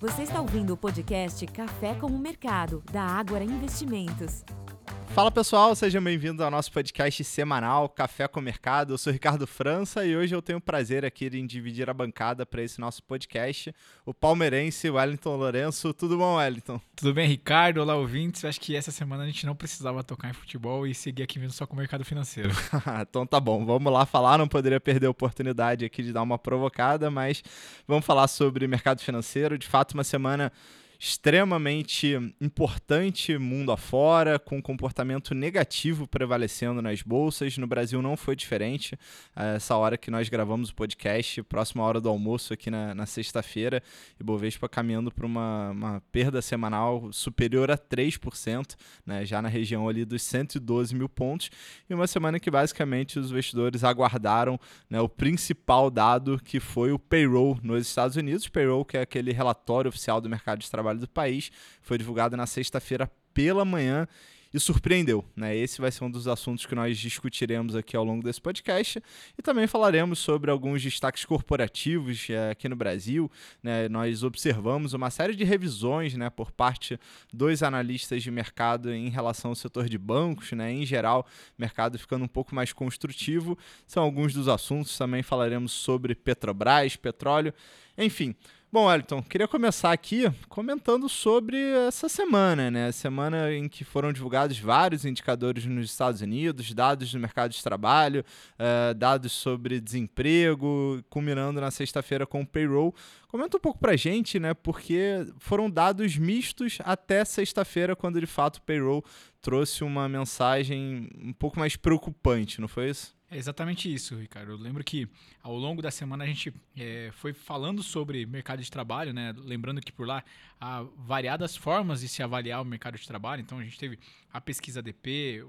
Você está ouvindo o podcast Café com o Mercado, da Ágora Investimentos. Fala pessoal, sejam bem-vindos ao nosso podcast semanal Café com o Mercado. Eu sou Ricardo França e hoje eu tenho o prazer aqui em dividir a bancada para esse nosso podcast, o palmeirense Wellington Lourenço. Tudo bom, Wellington? Tudo bem, Ricardo? Olá, ouvintes. Acho que essa semana a gente não precisava tocar em futebol e seguir aqui mesmo só com o mercado financeiro. Então tá bom, vamos lá falar. Não poderia perder a oportunidade aqui de dar uma provocada, mas vamos falar sobre mercado financeiro. De fato, uma semana extremamente importante mundo afora, com comportamento negativo prevalecendo nas bolsas. No Brasil não foi diferente. Essa hora que nós gravamos o podcast, próxima hora do almoço aqui na sexta-feira, Ibovespa caminhando para uma perda semanal superior a 3%, né, já na região ali dos 112 mil pontos, e uma semana que basicamente os investidores aguardaram, né, o principal dado, que foi o payroll nos Estados Unidos. Payroll, que é aquele relatório oficial do mercado de trabalho do país, foi divulgado na sexta-feira pela manhã e surpreendeu, né? Esse vai ser um dos assuntos que nós discutiremos aqui ao longo desse podcast, e também falaremos sobre alguns destaques corporativos aqui no Brasil, né? Nós observamos uma série de revisões, né, por parte dos analistas de mercado em relação ao setor de bancos, né? Em geral, mercado ficando um pouco mais construtivo. São alguns dos assuntos. Também falaremos sobre Petrobras, petróleo, enfim. Bom, Wellington, queria começar aqui comentando sobre essa semana, né? Semana em que foram divulgados vários indicadores nos Estados Unidos, dados do mercado de trabalho, dados sobre desemprego, culminando na sexta-feira com o payroll. Comenta um pouco pra gente, né? Porque foram dados mistos até sexta-feira, quando de fato o payroll trouxe uma mensagem um pouco mais preocupante, não foi isso? É exatamente isso, Ricardo. Eu lembro que ao longo da semana a gente foi falando sobre mercado de trabalho, né? Lembrando que por lá há variadas formas de se avaliar o mercado de trabalho. Então a gente teve a pesquisa ADP,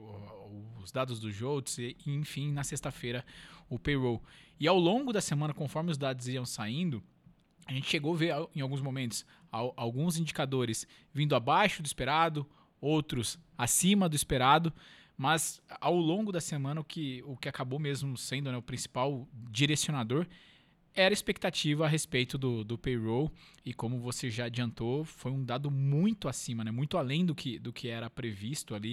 os dados do JOLTS e, enfim, na sexta-feira o payroll. E ao longo da semana, conforme os dados iam saindo, a gente chegou a ver em alguns momentos alguns indicadores vindo abaixo do esperado, outros acima do esperado. Mas ao longo da semana o que acabou mesmo sendo, né, o principal direcionador era a expectativa a respeito do payroll, e como você já adiantou, foi um dado muito acima, né, muito além do que era previsto ali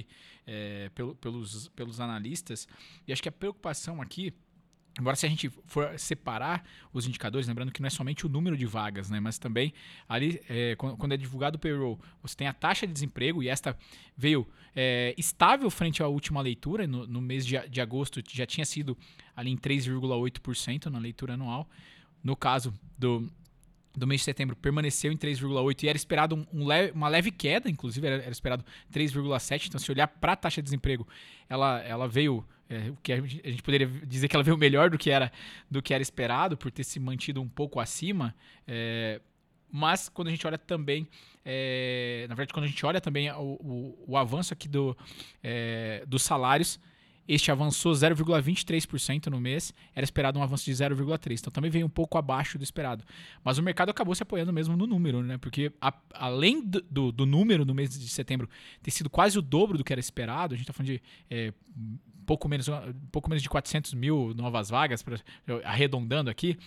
pelos analistas. E acho que a preocupação aqui, embora se a gente for separar os indicadores, lembrando que não é somente o número de vagas, né, mas também ali, quando é divulgado o payroll, você tem a taxa de desemprego, e esta veio estável frente à última leitura. No mês de agosto já tinha sido ali em 3,8% na leitura anual. No caso do mês de setembro, permaneceu em 3,8%, e era esperado uma leve queda, inclusive era esperado 3,7%. Então, se olhar para a taxa de desemprego, ela veio, o que a gente poderia dizer que ela veio melhor do que era esperado, por ter se mantido um pouco acima. Mas quando a gente olha também, na verdade, quando a gente olha também o avanço aqui dos salários, este avançou 0,23% no mês, era esperado um avanço de 0,3%, então também veio um pouco abaixo do esperado. Mas o mercado acabou se apoiando mesmo no número, né? Porque além do número no mês de setembro ter sido quase o dobro do que era esperado, a gente está falando de pouco menos de 400 mil novas vagas, arredondando aqui,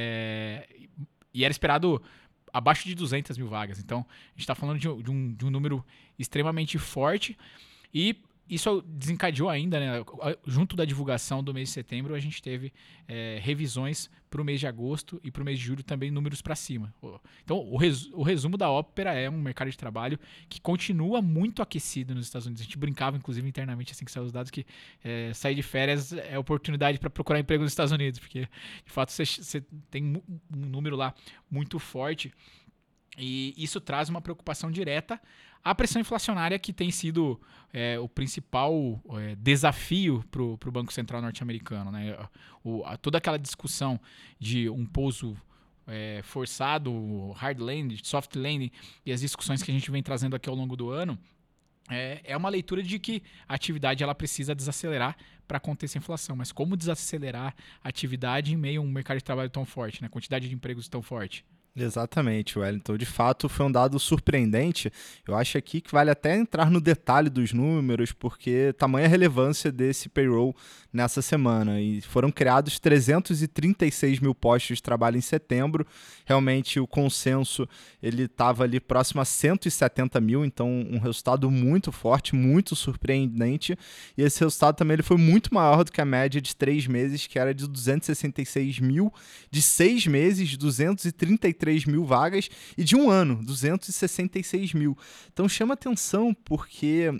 e era esperado abaixo de 200 mil vagas. Então, a gente está falando de um número extremamente forte, e isso desencadeou ainda, né? Junto da divulgação do mês de setembro, a gente teve revisões para o mês de agosto e para o mês de julho também, números para cima. Então, o resumo da ópera é um mercado de trabalho que continua muito aquecido nos Estados Unidos. A gente brincava, inclusive, internamente, assim que saiu os dados, que sair de férias é oportunidade para procurar emprego nos Estados Unidos, porque, de fato, você tem um número lá muito forte, e isso traz uma preocupação direta à pressão inflacionária, que tem sido o principal desafio para o Banco Central norte-americano, né? Toda aquela discussão de um pouso forçado, hard landing, soft landing, e as discussões que a gente vem trazendo aqui ao longo do ano, é uma leitura de que a atividade ela precisa desacelerar para conter essa inflação. Mas como desacelerar a atividade em meio a um mercado de trabalho tão forte, né? Quantidade de empregos tão forte? Exatamente, Wellington. De fato, foi um dado surpreendente. Eu acho aqui que vale até entrar no detalhe dos números, porque tamanha relevância desse payroll nessa semana. E foram criados 336 mil postos de trabalho em setembro. Realmente, o consenso ele estava ali próximo a 170 mil, então um resultado muito forte, muito surpreendente. E esse resultado também ele foi muito maior do que a média de 3 meses, que era de 266 mil, de 6 meses, 233 mil vagas, e de um ano, 266 mil. Então chama atenção porque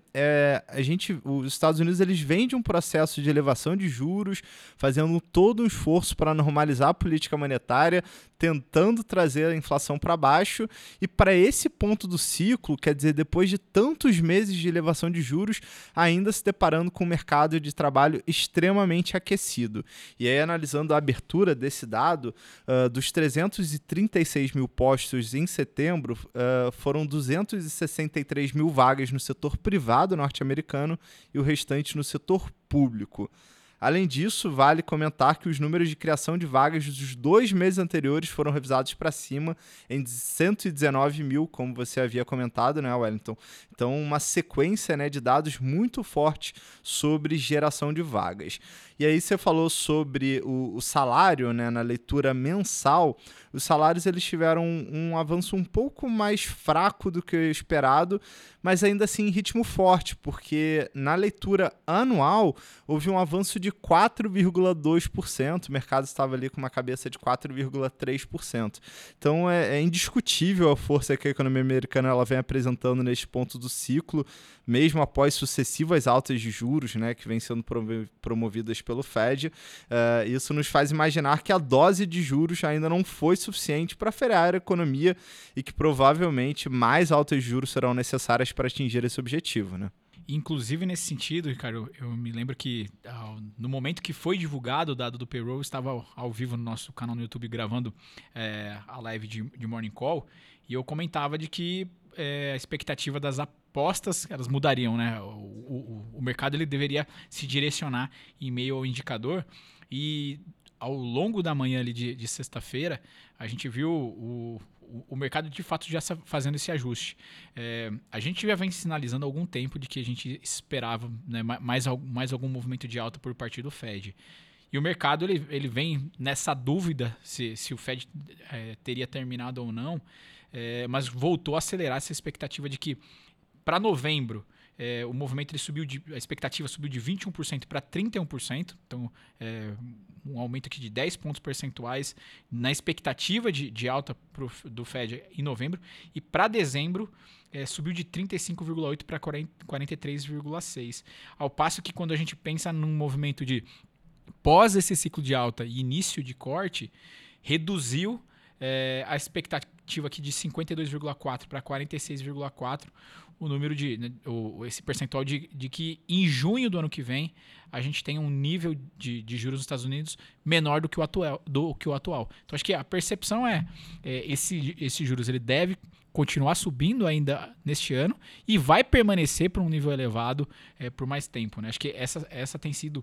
os Estados Unidos eles vêm de um processo de elevação de juros, fazendo todo um esforço para normalizar a política monetária, tentando trazer a inflação para baixo, e para esse ponto do ciclo, quer dizer, depois de tantos meses de elevação de juros, ainda se deparando com um mercado de trabalho extremamente aquecido. E aí, analisando a abertura desse dado, dos 336 mil postos em setembro, foram 263 mil vagas no setor privado norte-americano e o restante no setor público. Além disso, vale comentar que os números de criação de vagas dos 2 meses anteriores foram revisados para cima em 119 mil, como você havia comentado, né, Wellington? Então, uma sequência, né, de dados muito forte sobre geração de vagas. E aí você falou sobre o salário, né, na leitura mensal. Os salários eles tiveram um avanço um pouco mais fraco do que o esperado, mas ainda assim em ritmo forte, porque na leitura anual houve um avanço de 4,2%, o mercado estava ali com uma cabeça de 4,3%. Então é indiscutível a força que a economia americana ela vem apresentando neste ponto do ciclo, mesmo após sucessivas altas de juros, né, que vêm sendo promovidas pelo Fed. Isso nos faz imaginar que a dose de juros ainda não foi suficiente para frear a economia e que provavelmente mais altas de juros serão necessárias para atingir esse objetivo, né? Inclusive, nesse sentido, Ricardo, eu me lembro que no momento que foi divulgado o dado do payroll, eu estava ao vivo no nosso canal no YouTube gravando a live de Morning Call, e eu comentava de que a expectativa das apostas, elas mudariam, né? O mercado ele deveria se direcionar em meio ao indicador, e ao longo da manhã ali de sexta-feira, a gente viu o mercado de fato já fazendo esse ajuste. A gente já vem sinalizando há algum tempo de que a gente esperava, né, mais algum movimento de alta por parte do Fed. E o mercado ele vem nessa dúvida se o Fed teria terminado ou não, mas voltou a acelerar essa expectativa de que para novembro o movimento a expectativa subiu de 21% para 31%, então um aumento aqui de 10 pontos percentuais na expectativa de alta do Fed em novembro, e para dezembro subiu de 35,8% para 43,6%. Ao passo que quando a gente pensa num movimento de pós esse ciclo de alta e início de corte, reduziu a expectativa aqui de 52,4% para 46,4%, o número esse percentual de que em junho do ano que vem a gente tem um nível de juros nos Estados Unidos menor do que o atual. Então acho que a percepção esse juros ele deve continuar subindo ainda neste ano e vai permanecer por um nível elevado por mais tempo, né? Acho que essa tem sido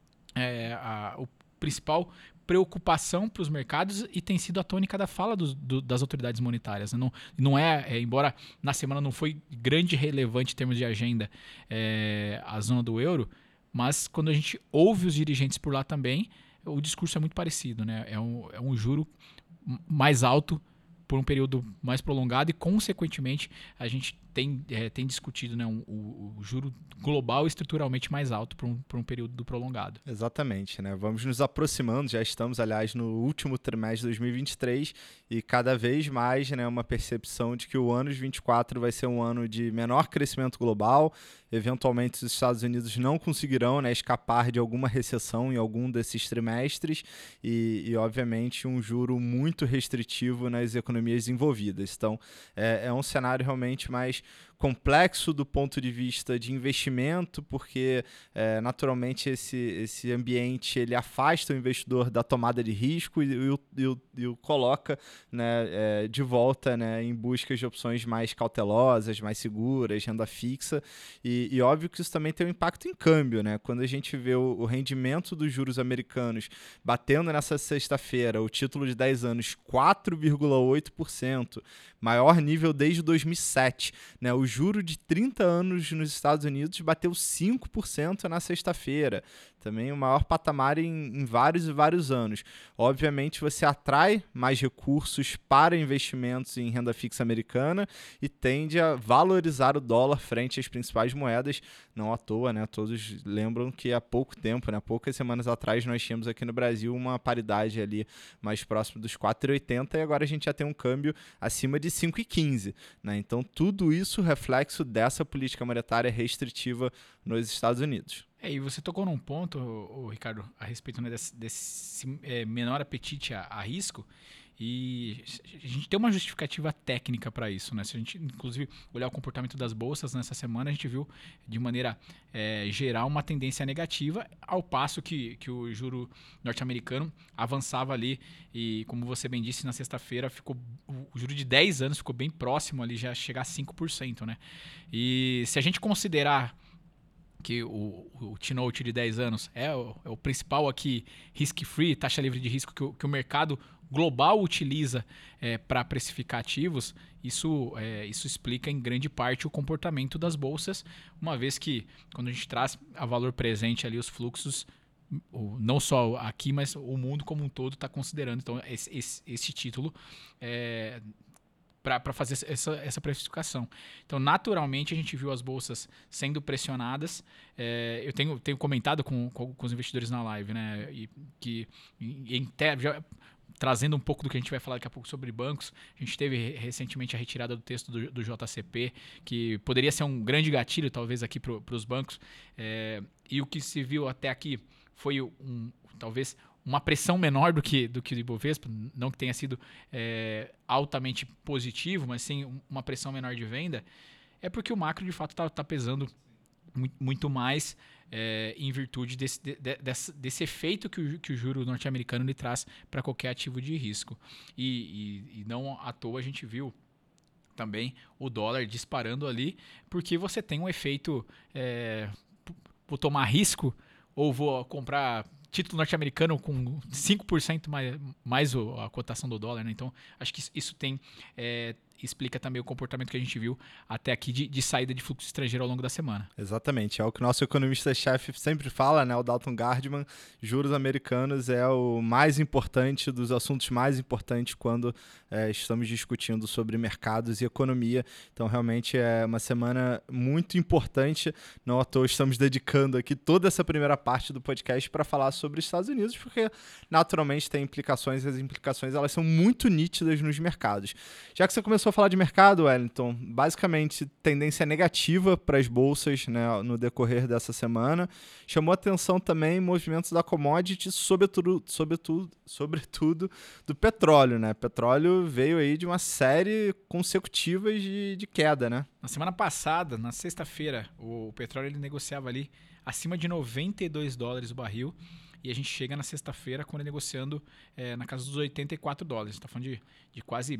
o principal preocupação para os mercados e tem sido a tônica da fala das autoridades monetárias. Não embora na semana não foi grande e relevante em termos de agenda a zona do euro, mas quando a gente ouve os dirigentes por lá também, o discurso é muito parecido, né? É um juro mais alto por um período mais prolongado e, consequentemente, a gente tem discutido, né, o juro global estruturalmente mais alto por um período prolongado. Exatamente, né? Vamos nos aproximando, já estamos, aliás, no último trimestre de 2023 e cada vez mais, né, uma percepção de que o ano de 2024 vai ser um ano de menor crescimento global. Eventualmente, os Estados Unidos não conseguirão, né, escapar de alguma recessão em algum desses trimestres e obviamente, um juro muito restritivo nas economias envolvidas. Então, é um cenário realmente mais complexo do ponto de vista de investimento, porque naturalmente esse ambiente ele afasta o investidor da tomada de risco e o coloca, né, de volta, né, em busca de opções mais cautelosas, mais seguras, renda fixa. E óbvio que isso também tem um impacto em câmbio, né? Quando a gente vê o rendimento dos juros americanos batendo nessa sexta-feira, o título de 10 anos 4,8%, maior nível desde 2007, né? O juro de 30 anos nos Estados Unidos bateu 5% na sexta-feira, também o maior patamar em vários e vários anos. Obviamente você atrai mais recursos para investimentos em renda fixa americana e tende a valorizar o dólar frente às principais moedas, não à toa, né? Todos lembram que há pouco tempo, né? Poucas semanas atrás nós tínhamos aqui no Brasil uma paridade ali mais próximo dos 4,80 e agora a gente já tem um câmbio acima de 5,15, né? Então tudo isso reflexo dessa política monetária restritiva nos Estados Unidos. E você tocou num ponto, Ricardo, a respeito, né, desse menor apetite a risco, e a gente tem uma justificativa técnica para isso, né? Se a gente, inclusive, olhar o comportamento das bolsas nessa semana, a gente viu, de maneira geral, uma tendência negativa, ao passo que o juro norte-americano avançava ali, e como você bem disse, na sexta-feira o juro de 10 anos ficou bem próximo ali, já chegar a 5%, né? E se a gente considerar que o T-Note de 10 anos é o principal aqui, risk-free, taxa livre de risco que o mercado global utiliza para precificar ativos, isso explica em grande parte o comportamento das bolsas, uma vez que quando a gente traz a valor presente ali os fluxos, não só aqui, mas o mundo como um todo está considerando então esse título para fazer essa precificação. Então, naturalmente, a gente viu as bolsas sendo pressionadas. Eu tenho comentado com os investidores na live, né, trazendo um pouco do que a gente vai falar daqui a pouco sobre bancos. A gente teve recentemente a retirada do texto do JCP, que poderia ser um grande gatilho, talvez, aqui para os bancos. E o que se viu até aqui foi talvez uma pressão menor do que do Ibovespa, não que tenha sido altamente positivo, mas sim uma pressão menor de venda, é porque o macro de fato está pesando muito mais em virtude desse efeito que o juro norte-americano lhe traz para qualquer ativo de risco. E não à toa a gente viu também o dólar disparando ali, porque você tem um efeito, vou tomar risco ou vou comprar título norte-americano com 5% mais a cotação do dólar, né? Então, acho que isso explica também o comportamento que a gente viu até aqui de saída de fluxo estrangeiro ao longo da semana. Exatamente, é o que o nosso economista-chefe sempre fala, né? O Dalton Gardman, juros americanos é o mais importante dos assuntos mais importantes quando estamos discutindo sobre mercados e economia. Então, realmente é uma semana muito importante. Não à toa estamos dedicando aqui toda essa primeira parte do podcast para falar sobre os Estados Unidos, porque naturalmente tem implicações, e as implicações elas são muito nítidas nos mercados. Já que você começou a falar de mercado, Wellington, basicamente tendência negativa para as bolsas, né, no decorrer dessa semana. Chamou atenção também movimentos da commodity, sobretudo do petróleo, né? Petróleo veio aí de uma série consecutiva de queda, né? Na semana passada, na sexta-feira, o petróleo ele negociava ali acima de $92 o barril, e a gente chega na sexta-feira quando ele negociando na casa dos $84. Está falando de quase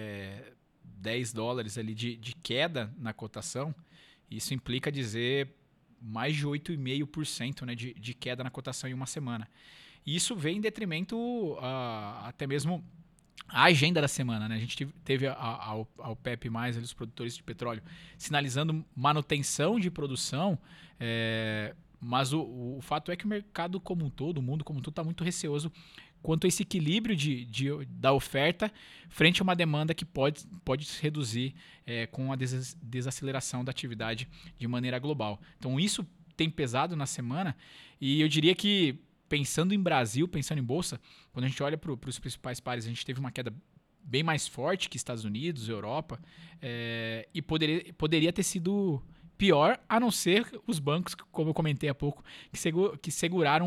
$10 ali de queda na cotação. Isso implica dizer mais de 8,5%, né, de queda na cotação em uma semana. E isso vem em detrimento até mesmo a agenda da semana, né? A gente teve a OPEP+, ali, os produtores de petróleo, sinalizando manutenção de produção, mas o fato é que o mercado como um todo, o mundo como um todo, está muito receoso quanto a esse equilíbrio da oferta frente a uma demanda que pode se reduzir com a desaceleração da atividade de maneira global. Então isso tem pesado na semana, e eu diria que, pensando em Brasil, pensando em bolsa, quando a gente olha para os principais pares, a gente teve uma queda bem mais forte que Estados Unidos, Europa, e poderia ter sido pior, a não ser os bancos, como eu comentei há pouco, que seguraram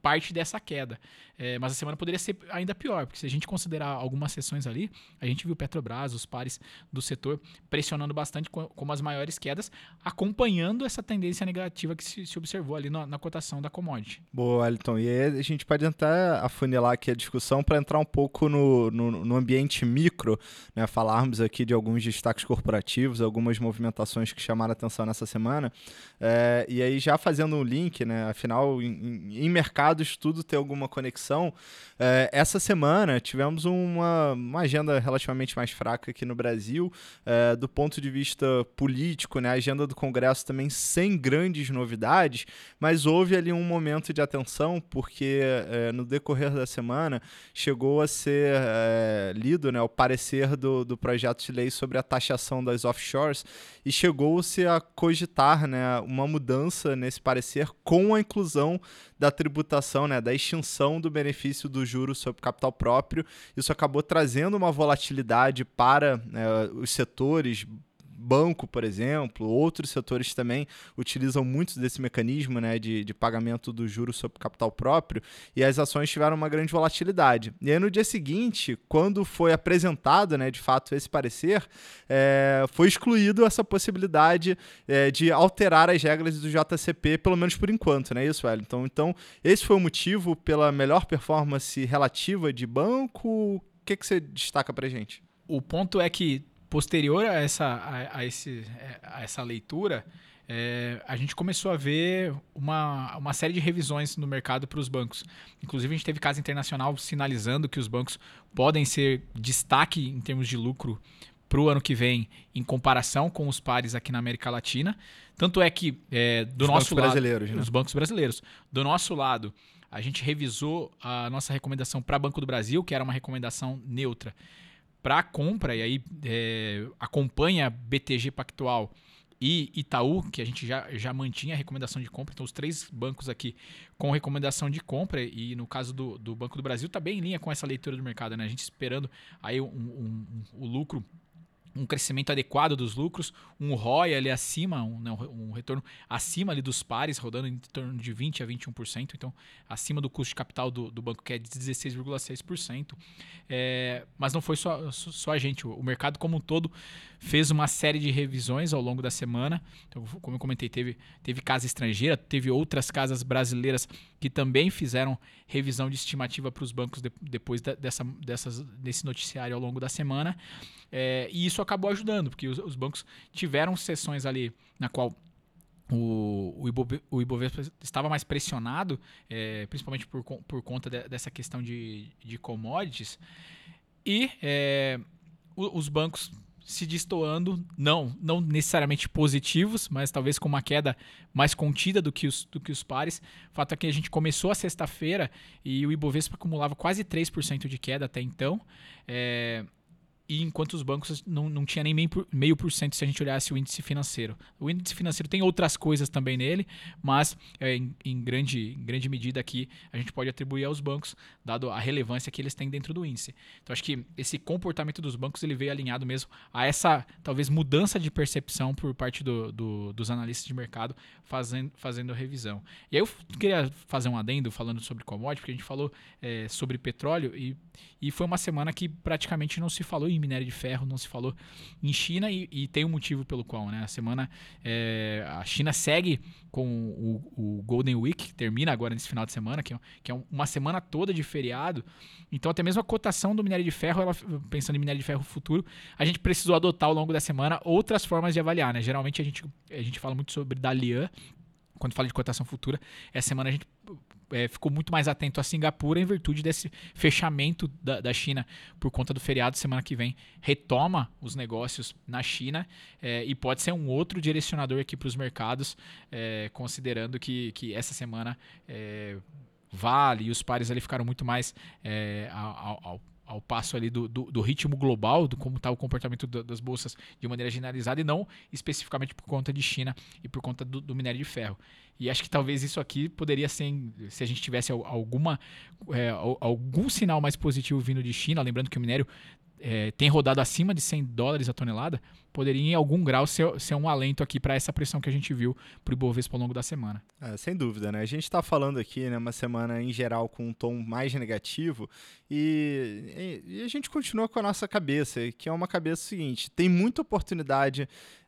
parte dessa queda. Mas a semana poderia ser ainda pior, porque se a gente considerar algumas sessões ali, a gente viu Petrobras, os pares do setor pressionando bastante como as maiores quedas, acompanhando essa tendência negativa que se observou ali na cotação da commodity. Boa, Wellington. E aí a gente pode tentar afunilar aqui a discussão para entrar um pouco no ambiente micro, né? Falarmos aqui de alguns destaques corporativos, algumas movimentações que chamaram a atenção nessa semana. E aí já fazendo um link, né? Afinal, em mercados tudo tem alguma conexão. Essa semana tivemos uma agenda relativamente mais fraca aqui no Brasil, do ponto de vista político, né? A agenda do Congresso também sem grandes novidades, mas houve ali um momento de atenção, porque no decorrer da semana chegou a ser lido, né, o parecer do projeto de lei sobre a taxação das offshores, e chegou-se a cogitar, né, uma mudança nesse parecer com a inclusão da tributação, né, da extinção do benefício do juros sobre capital próprio. Isso acabou trazendo uma volatilidade para os setores, banco, por exemplo, outros setores também utilizam muito desse mecanismo, né, de pagamento do juros sobre capital próprio, e as ações tiveram uma grande volatilidade. E aí no dia seguinte, quando foi apresentado, né, de fato esse parecer, foi excluído essa possibilidade de alterar as regras do JCP, pelo menos por enquanto, né, isso, Wellington? Então, esse foi o motivo pela melhor performance relativa de banco. O que você destaca pra gente? O ponto é que posterior a essa leitura, a gente começou a ver uma série de revisões no mercado para os bancos. Inclusive, a gente teve caso internacional sinalizando que os bancos podem ser destaque em termos de lucro para o ano que vem, em comparação com os pares aqui na América Latina. Tanto é que, do nosso lado, brasileiros, né? Os bancos brasileiros. Do nosso lado, a gente revisou a nossa recomendação para Banco do Brasil, que era uma recomendação neutra, para compra, e aí acompanha BTG Pactual e Itaú, que a gente já mantinha a recomendação de compra. Então, os 3 bancos aqui com recomendação de compra, e no caso do Banco do Brasil, está bem em linha com essa leitura do mercado, né? A gente esperando aí o lucro, um crescimento adequado dos lucros, um ROI ali acima, um retorno acima ali dos pares, rodando em torno de 20% a 21%, então acima do custo de capital do banco, que é de 16,6%. Mas não foi só a gente, o mercado como um todo fez uma série de revisões ao longo da semana. Então, como eu comentei, teve casa estrangeira, teve outras casas brasileiras que também fizeram revisão de estimativa para os bancos depois desse noticiário ao longo da semana. E isso acabou ajudando, porque os bancos tiveram sessões ali na qual o Ibovespa estava mais pressionado, principalmente por conta dessa questão de commodities, e os bancos se destoando, não necessariamente positivos, mas talvez com uma queda mais contida do que os pares. O fato é que a gente começou a sexta-feira e o Ibovespa acumulava quase 3% de queda até então, e enquanto os bancos não tinha nem 0,5% se a gente olhasse o índice financeiro. O índice financeiro tem outras coisas também nele, mas em grande medida aqui a gente pode atribuir aos bancos, dado a relevância que eles têm dentro do índice. Então, acho que esse comportamento dos bancos ele veio alinhado mesmo a essa, talvez, mudança de percepção por parte dos analistas de mercado fazendo a revisão. E aí eu queria fazer um adendo falando sobre commodity, porque a gente falou sobre petróleo e foi uma semana que praticamente não se falou em minério de ferro, não se falou em China, e tem um motivo pelo qual, né? A semana, a China segue com o Golden Week, que termina agora nesse final de semana, que é uma semana toda de feriado. Então, até mesmo a cotação do minério de ferro, pensando em minério de ferro futuro, a gente precisou adotar ao longo da semana outras formas de avaliar, né? Geralmente a gente fala muito sobre Dalian quando fala de cotação futura. Essa semana a gente ficou muito mais atento a Singapura em virtude desse fechamento da China por conta do feriado. Semana que vem retoma os negócios na China, e pode ser um outro direcionador aqui para os mercados, considerando que essa semana Vale e os pares ali ficaram muito mais ao passo ali do ritmo global, do como está o comportamento das bolsas de maneira generalizada, e não especificamente por conta de China e por conta do minério de ferro. E acho que talvez isso aqui poderia ser, se a gente tivesse algum sinal mais positivo vindo de China, lembrando que o minério tem rodado acima de $100 a tonelada, poderia em algum grau ser um alento aqui para essa pressão que a gente viu para o Ibovespa ao longo da semana. Sem dúvida, né? A gente está falando aqui, né, uma semana em geral com um tom mais negativo e a gente continua com a nossa cabeça, que é uma cabeça seguinte: tem muita oportunidade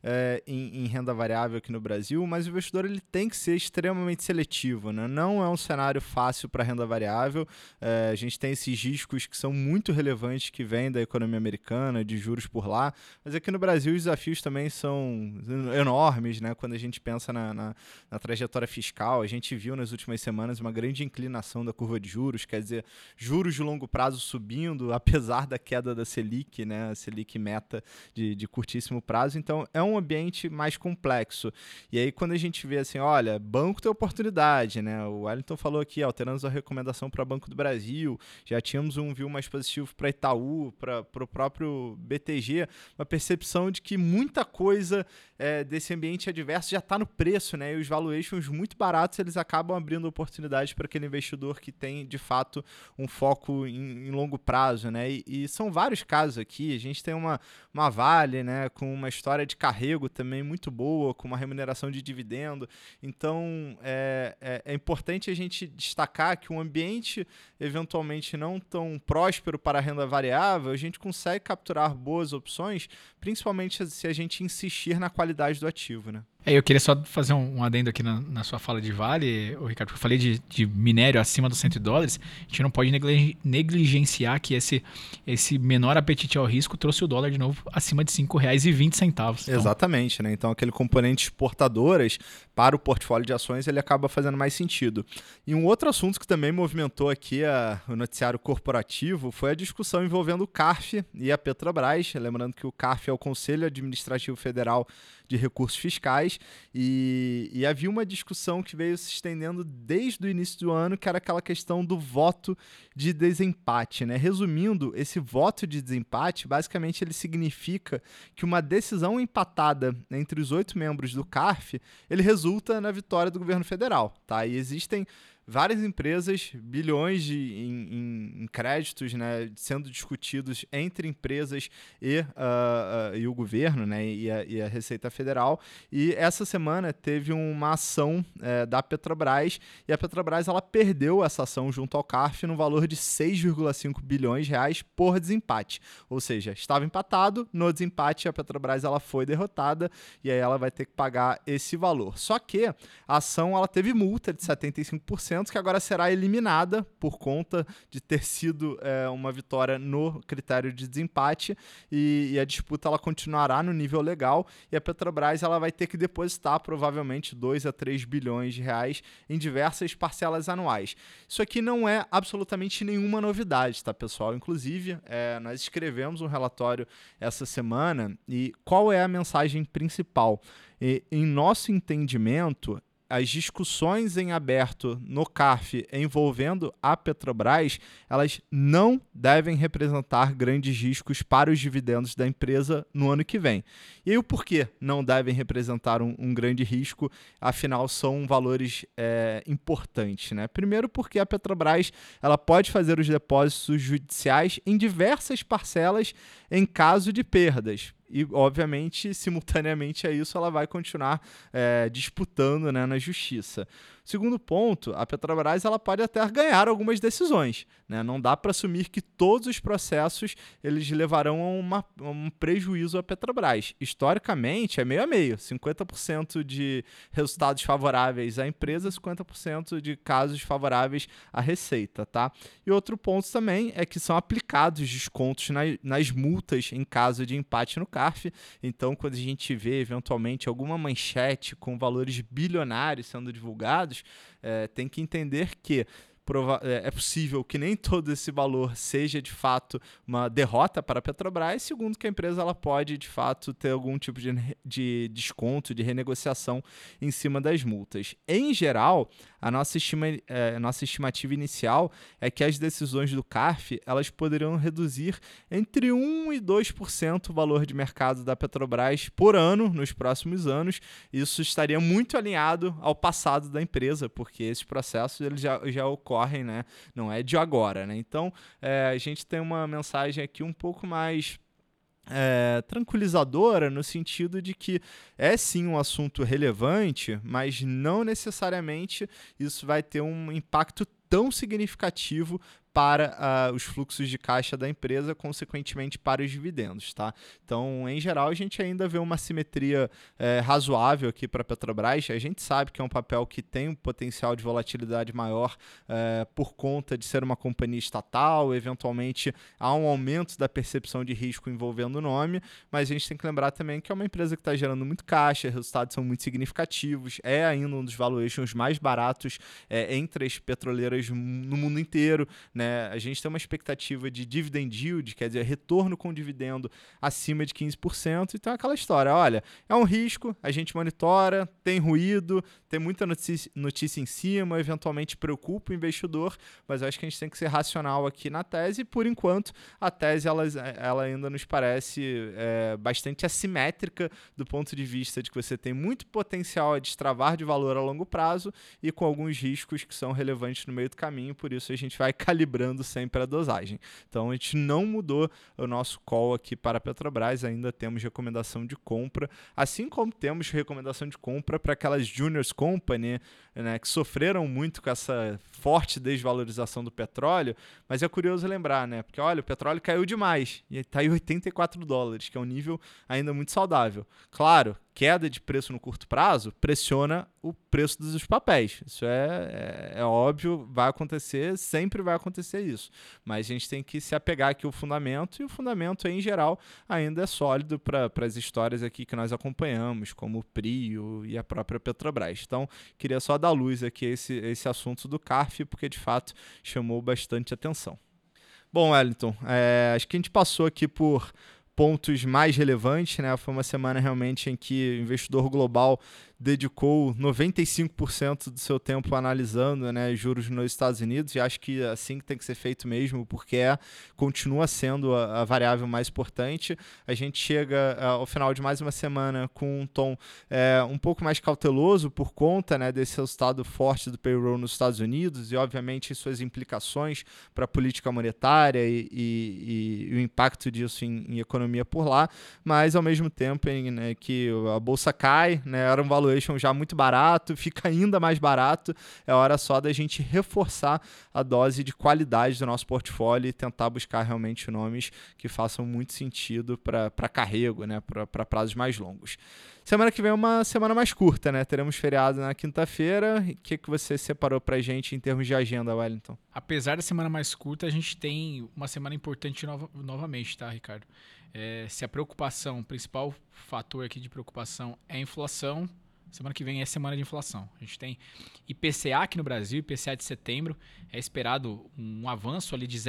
em renda variável aqui no Brasil, mas o investidor ele tem que ser extremamente seletivo, né? Não é um cenário fácil para renda variável. A gente tem esses riscos que são muito relevantes que vêm da economia americana, de juros por lá, mas aqui no Brasil os desafios também são enormes, né? Quando a gente pensa na trajetória fiscal, a gente viu nas últimas semanas uma grande inclinação da curva de juros, quer dizer, juros de longo prazo subindo, apesar da queda da Selic, né? A Selic meta de curtíssimo prazo. Então, é um ambiente mais complexo. E aí, quando a gente vê assim, olha, banco tem oportunidade, né? O Wellington falou aqui, alteramos a recomendação para Banco do Brasil, já tínhamos um view mais positivo para Itaú, para o próprio BTG, uma percepção de que muita coisa desse ambiente adverso já está no preço, né? E os valuations muito baratos, eles acabam abrindo oportunidades para aquele investidor que tem, de fato, um foco em longo prazo, né? E são vários casos aqui. A gente tem uma Vale, né, com uma história de carrego também muito boa, com uma remuneração de dividendo. Então, é importante a gente destacar que um ambiente eventualmente não tão próspero para a renda variável, a gente consegue capturar boas opções, principalmente se a gente insistir na qualidade do ativo, né? Eu queria só fazer um adendo aqui na sua fala de Vale, Ricardo, porque eu falei de minério acima dos $100, a gente não pode negligenciar que esse menor apetite ao risco trouxe o dólar de novo acima de R$ 5,20. Então, exatamente, né? Então aquele componente exportadoras para o portfólio de ações, ele acaba fazendo mais sentido. E um outro assunto que também movimentou aqui o noticiário corporativo foi a discussão envolvendo o CARF e a Petrobras, lembrando que o CARF é o Conselho Administrativo Federal de Recursos Fiscais, e havia uma discussão que veio se estendendo desde o início do ano, que era aquela questão do voto de desempate, né? Resumindo, esse voto de desempate, basicamente ele significa que uma decisão empatada entre os 8 membros do CARF, ele resulta na vitória do governo federal, tá? E existem várias empresas, bilhões em créditos, né, sendo discutidos entre empresas e o governo, né, e a Receita Federal. E essa semana teve uma ação da Petrobras, e a Petrobras ela perdeu essa ação junto ao CARF no valor de 6,5 bilhões de reais por desempate. Ou seja, estava empatado, no desempate a Petrobras ela foi derrotada e aí ela vai ter que pagar esse valor. Só que a ação ela teve multa de 75%, que agora será eliminada por conta de ter sido uma vitória no critério de desempate, e a disputa ela continuará no nível legal, e a Petrobras ela vai ter que depositar provavelmente 2 a 3 bilhões de reais em diversas parcelas anuais. Isso aqui não é absolutamente nenhuma novidade, tá, pessoal? Inclusive, nós escrevemos um relatório essa semana, e qual é a mensagem principal? Em nosso entendimento, as discussões em aberto no CARF envolvendo a Petrobras, elas não devem representar grandes riscos para os dividendos da empresa no ano que vem. E aí o porquê não devem representar um grande risco? Afinal, são valores importantes, né? Primeiro porque a Petrobras ela pode fazer os depósitos judiciais em diversas parcelas em caso de perdas. E, obviamente, simultaneamente a isso, ela vai continuar disputando, né, na justiça. Segundo ponto, a Petrobras ela pode até ganhar algumas decisões, né? Não dá para assumir que todos os processos eles levarão a um prejuízo à Petrobras. Historicamente, é meio a meio. 50% de resultados favoráveis à empresa, 50% de casos favoráveis à Receita, tá? E outro ponto também é que são aplicados descontos nas multas em caso de empate no CARF. Então, quando a gente vê, eventualmente, alguma manchete com valores bilionários sendo divulgados, tem que entender que é possível que nem todo esse valor seja, de fato, uma derrota para a Petrobras, segundo que a empresa ela pode, de fato, ter algum tipo de desconto, de renegociação em cima das multas. Em geral, a nossa estimativa inicial é que as decisões do CARF elas poderiam reduzir entre 1% e 2% o valor de mercado da Petrobras por ano nos próximos anos. Isso estaria muito alinhado ao passado da empresa, porque esses processos eles já ocorrem, né? Não é de agora, né? Então, a gente tem uma mensagem aqui um pouco mais tranquilizadora no sentido de que é sim um assunto relevante, mas não necessariamente isso vai ter um impacto tão significativo para os fluxos de caixa da empresa, consequentemente para os dividendos, tá? Então, em geral, a gente ainda vê uma simetria razoável aqui para a Petrobras. A gente sabe que é um papel que tem um potencial de volatilidade maior por conta de ser uma companhia estatal, eventualmente há um aumento da percepção de risco envolvendo o nome, mas a gente tem que lembrar também que é uma empresa que está gerando muito caixa, resultados são muito significativos, é ainda um dos valuations mais baratos entre as petroleiras no mundo inteiro, né? A gente tem uma expectativa de dividend yield, quer dizer, retorno com dividendo acima de 15%, então é aquela história, olha, é um risco, a gente monitora, tem ruído, tem muita notícia em cima, eventualmente preocupa o investidor, mas eu acho que a gente tem que ser racional aqui na tese, e por enquanto a tese ela ainda nos parece bastante assimétrica do ponto de vista de que você tem muito potencial a destravar de valor a longo prazo e com alguns riscos que são relevantes no meio do caminho, por isso a gente vai calibrando sempre a dosagem. Então a gente não mudou o nosso call aqui para a Petrobras, ainda temos recomendação de compra, assim como temos recomendação de compra para aquelas juniors company, né, que sofreram muito com essa forte desvalorização do petróleo, mas é curioso lembrar, né, porque olha, o petróleo caiu demais e está em $84, que é um nível ainda muito saudável. Claro, queda de preço no curto prazo pressiona o preço dos papéis. Isso é óbvio, vai acontecer, sempre vai acontecer isso. Mas a gente tem que se apegar aqui ao fundamento, e o fundamento, em geral, ainda é sólido para as histórias aqui que nós acompanhamos, como o Prio e a própria Petrobras. Então, queria só dar luz aqui a esse assunto do CARF, porque, de fato, chamou bastante atenção. Bom, Wellington, acho que a gente passou aqui por pontos mais relevantes, né? Foi uma semana realmente em que o investidor global dedicou 95% do seu tempo analisando, né, juros nos Estados Unidos, e acho que assim que tem que ser feito mesmo, porque continua sendo a variável mais importante. A gente chega ao final de mais uma semana com um tom um pouco mais cauteloso por conta, né, desse resultado forte do payroll nos Estados Unidos e, obviamente, suas implicações para a política monetária e o impacto disso em economia por lá, mas ao mesmo tempo né, que a bolsa cai, né, era um valuation já muito barato, fica ainda mais barato, é hora só da gente reforçar a dose de qualidade do nosso portfólio e tentar buscar realmente nomes que façam muito sentido para carrego, né, para prazos mais longos. Semana que vem é uma semana mais curta, né? Teremos feriado na quinta-feira. O que você separou pra gente em termos de agenda, Wellington? Apesar da semana mais curta, a gente tem uma semana importante novamente, tá, Ricardo? Se a preocupação, o principal fator aqui de preocupação é a inflação, semana que vem é semana de inflação. A gente tem IPCA aqui no Brasil, IPCA de setembro, é esperado um avanço ali de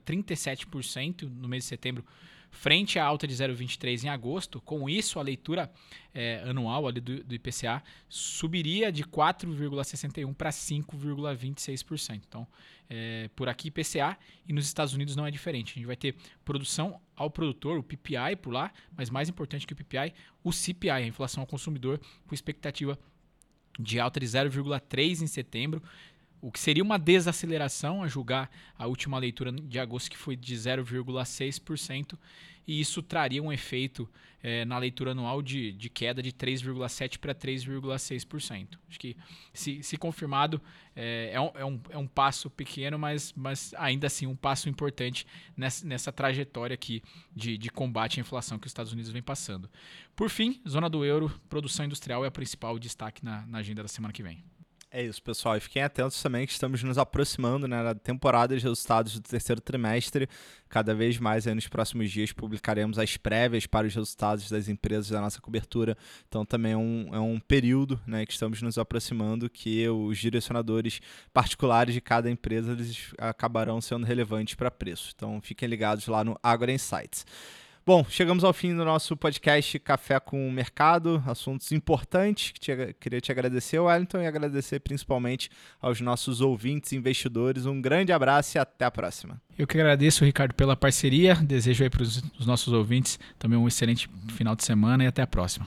0,37% no mês de setembro, frente à alta de 0,23% em agosto. Com isso, a leitura anual ali do IPCA subiria de 4,61% para 5,26%. Então, por aqui IPCA, e nos Estados Unidos não é diferente. A gente vai ter produção ao produtor, o PPI por lá, mas mais importante que o PPI, o CPI, a inflação ao consumidor, com expectativa de alta de 0,3% em setembro, o que seria uma desaceleração, a julgar a última leitura de agosto, que foi de 0,6%, e isso traria um efeito na leitura anual de queda de 3,7% para 3,6%. Acho que, se confirmado, é um passo pequeno, mas ainda assim um passo importante nessa trajetória aqui de combate à inflação que os Estados Unidos vem passando. Por fim, zona do euro, produção industrial é o principal destaque na agenda da semana que vem. É isso, pessoal. E fiquem atentos também que estamos nos aproximando, né, da temporada de resultados do terceiro trimestre. Cada vez mais aí nos próximos dias publicaremos as prévias para os resultados das empresas da nossa cobertura. Então também é um período, né, que estamos nos aproximando, que os direcionadores particulares de cada empresa eles acabarão sendo relevantes para preço. Então fiquem ligados lá no Agora Insights. Bom, chegamos ao fim do nosso podcast Café com o Mercado, assuntos importantes. Queria te agradecer, Wellington, e agradecer principalmente aos nossos ouvintes e investidores. Um grande abraço e até a próxima. Eu que agradeço, Ricardo, pela parceria. Desejo aí para os nossos ouvintes também um excelente final de semana e até a próxima.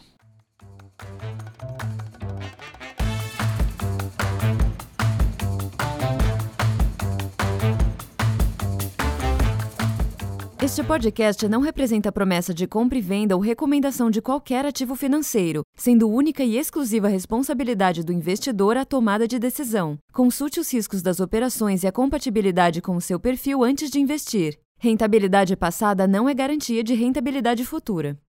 Este podcast não representa promessa de compra e venda ou recomendação de qualquer ativo financeiro, sendo única e exclusiva responsabilidade do investidor a tomada de decisão. Consulte os riscos das operações e a compatibilidade com o seu perfil antes de investir. Rentabilidade passada não é garantia de rentabilidade futura.